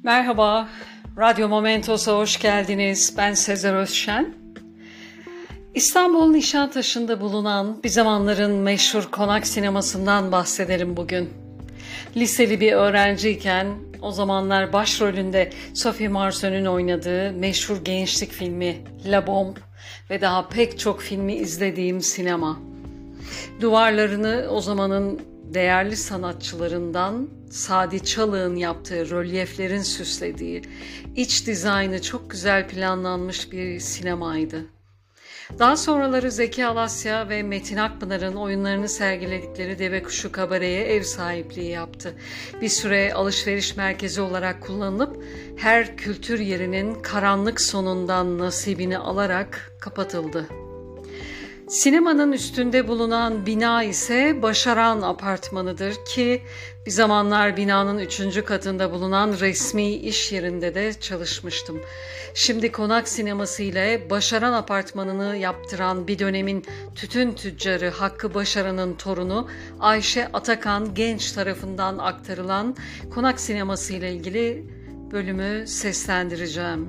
Merhaba, Radyo Momentos'a hoş geldiniz. Ben Sezer Özşen. İstanbul Nişantaşı'nda bulunan bir zamanların meşhur konak sinemasından bahsederim bugün. Liseli bir öğrenciyken o zamanlar başrolünde Sophie Marceau'nun oynadığı meşhur gençlik filmi La Bombe ve daha pek çok filmi izlediğim sinema. Duvarlarını o zamanın değerli sanatçılarından Sadi Çalık'ın yaptığı rölyeflerin süslediği, iç dizaynı çok güzel planlanmış bir sinemaydı. Daha sonraları Zeki Alasya ve Metin Akpınar'ın oyunlarını sergiledikleri Deve Kuşu Kabare'ye ev sahipliği yaptı. Bir süre alışveriş merkezi olarak kullanılıp her kültür yerinin karanlık sonundan nasibini alarak kapatıldı. Sinemanın üstünde bulunan bina ise Başaran Apartmanı'dır ki bir zamanlar binanın 3. katında bulunan resmi iş yerinde de çalışmıştım. Şimdi konak sineması ile Başaran Apartmanı'nı yaptıran bir dönemin tütün tüccarı Hakkı Başaran'ın torunu Ayşe Atakan Genç tarafından aktarılan konak sineması ile ilgili bölümü seslendireceğim.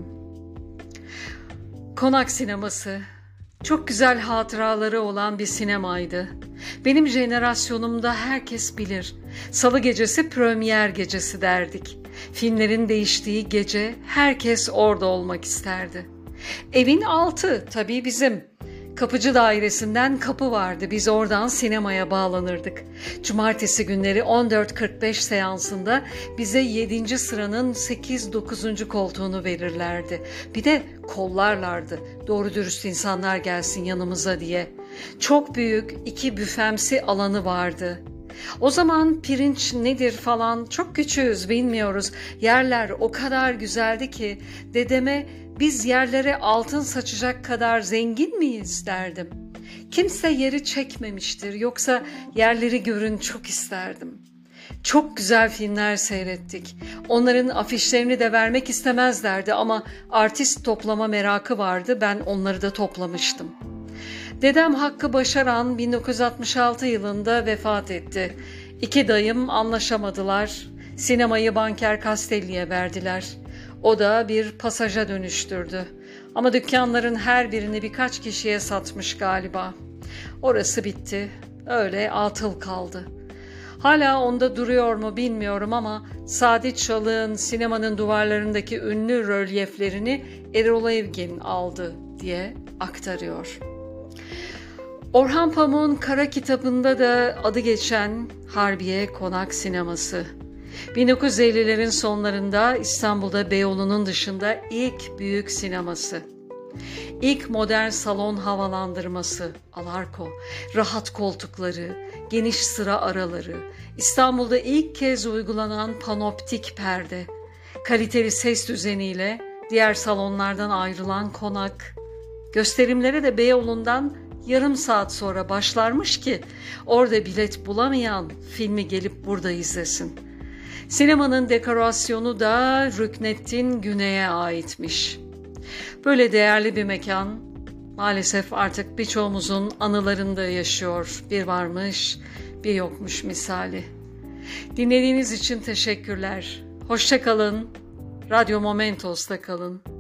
Konak sineması çok güzel hatıraları olan bir sinemaydı. Benim jenerasyonumda herkes bilir. Salı gecesi premier gecesi derdik. Filmlerin değiştiği gece herkes orada olmak isterdi. Evin altı tabii bizim. Kapıcı dairesinden kapı vardı. Biz oradan sinemaya bağlanırdık. Cumartesi günleri 14.45 seansında bize 7. sıranın 8-9. koltuğunu verirlerdi. Bir de kollarlardı. Doğru dürüst insanlar gelsin yanımıza diye. Çok büyük 2 büfemsi alanı vardı. O zaman pirinç nedir falan çok küçüğüz bilmiyoruz. Yerler o kadar güzeldi ki dedeme biz yerlere altın saçacak kadar zengin miyiz derdim. Kimse yeri çekmemiştir yoksa yerleri görün çok isterdim. Çok güzel filmler seyrettik. Onların afişlerini de vermek istemezlerdi ama artist toplama merakı vardı, ben onları da toplamıştım. Dedem Hakkı Başaran 1966 yılında vefat etti. 2 dayım anlaşamadılar. Sinemayı Banker Castelli'ye verdiler. O da bir pasaja dönüştürdü. Ama dükkanların her birini birkaç kişiye satmış galiba. Orası bitti. Öyle atıl kaldı. Hala onda duruyor mu bilmiyorum ama Sadi Çalık'ın sinemanın duvarlarındaki ünlü rölyeflerini Erol Evgin aldı diye aktarıyor. Orhan Pamuk'un Kara Kitabı'nda da adı geçen Harbiye Konak Sineması. 1950'lerin sonlarında İstanbul'da Beyoğlu'nun dışında ilk büyük sineması. İlk modern salon havalandırması, alarko, rahat koltukları, geniş sıra araları, İstanbul'da ilk kez uygulanan panoptik perde, kaliteli ses düzeniyle diğer salonlardan ayrılan konak, gösterimlere de Beyoğlu'ndan yarım saat sonra başlarmış ki orada bilet bulamayan filmi gelip burada izlesin. Sinemanın dekorasyonu da Rükneddin Güney'e aitmiş. Böyle değerli bir mekan maalesef artık birçoğumuzun anılarında yaşıyor. Bir varmış, bir yokmuş misali. Dinlediğiniz için teşekkürler. Hoşça kalın. Radyo Momentos'ta kalın.